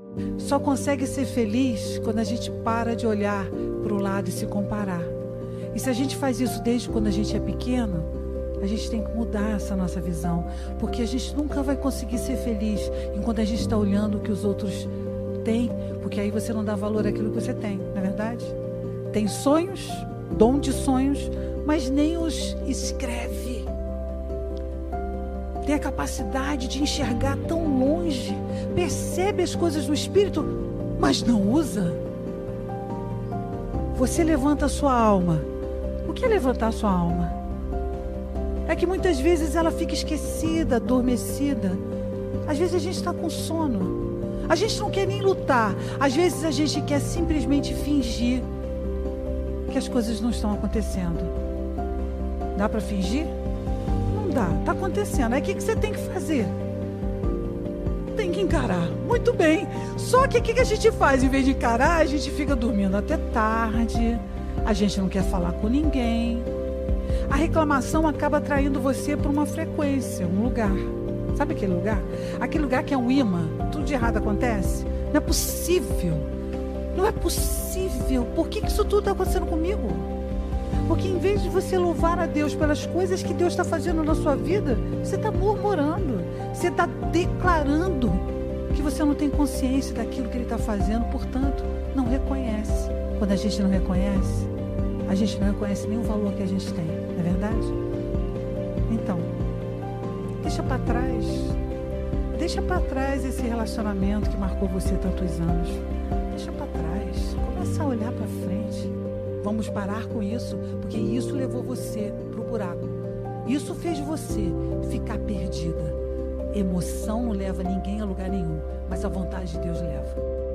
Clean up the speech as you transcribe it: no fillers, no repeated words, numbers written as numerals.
Só consegue ser feliz quando a gente para de olhar para o lado e se comparar. E se a gente faz isso desde quando a gente é pequeno, a gente tem que mudar essa nossa visão, porque a gente nunca vai conseguir ser feliz enquanto a gente está olhando o que os outros têm, porque aí você não dá valor àquilo que você tem, não é verdade? Tem sonhos, dom de sonhos, mas nem os escreve. Tem a capacidade de enxergar tão longe, percebe as coisas do Espírito, mas não usa. Você levanta a sua alma. O que é levantar a sua alma? É que muitas vezes ela fica esquecida, adormecida. Às vezes a gente está com sono. A gente não quer nem lutar. Às vezes a gente quer simplesmente fingir que as coisas não estão acontecendo. Dá para fingir? Não dá, está acontecendo. Aí o que você tem que fazer? Tem que encarar. Muito bem. Só que o que a gente faz? Em vez de encarar, a gente fica dormindo até tarde. A gente não quer falar com ninguém. A reclamação acaba atraindo você para uma frequência, um lugar. Sabe aquele lugar? Aquele lugar que é um imã. Tudo de errado acontece. Não é possível. Não é possível. Por que isso tudo está acontecendo comigo? Porque em vez de você louvar a Deus pelas coisas que Deus está fazendo na sua vida, você está murmurando. Você está declarando que você não tem consciência daquilo que Ele está fazendo. Portanto, não reconhece. Quando a gente não reconhece nem o valor que a gente tem. Não é verdade? Então, deixa para trás. Deixa para trás esse relacionamento que marcou você tantos anos. Deixa para trás. Começa a olhar para frente. Vamos parar com isso, porque isso levou você para o buraco. Isso fez você ficar perdida. Emoção não leva ninguém a lugar nenhum, mas a vontade de Deus leva.